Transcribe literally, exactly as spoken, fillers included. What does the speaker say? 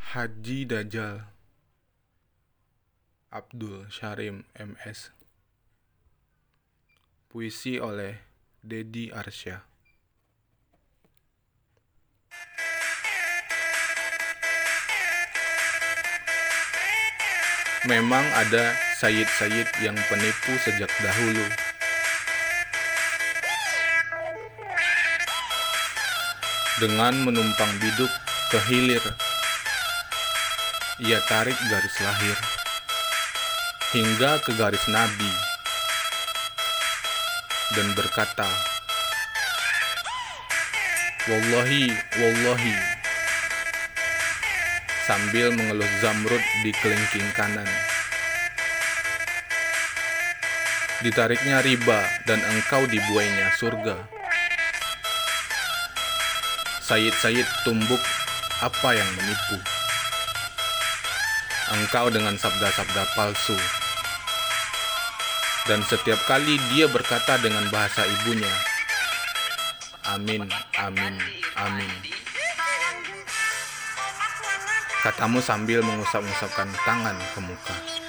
Haji Dajjal Abdul Syarim M S. Puisi oleh Dedi Arsya. Memang ada sayyid-sayyid yang penipu sejak dahulu. Dengan menumpang biduk ke hilir, ia tarik garis lahir hingga ke garis Nabi dan berkata, "Wallahi, wallahi," sambil mengelus zamrud di kelingking kanan. Ditariknya riba dan engkau dibuainya surga. Sayyid-sayyid tumbuk apa yang menipu engkau dengan sabda-sabda palsu. Dan setiap kali dia berkata dengan bahasa ibunya, "Amin, amin, amin," katamu sambil mengusap-usapkan tangan ke muka.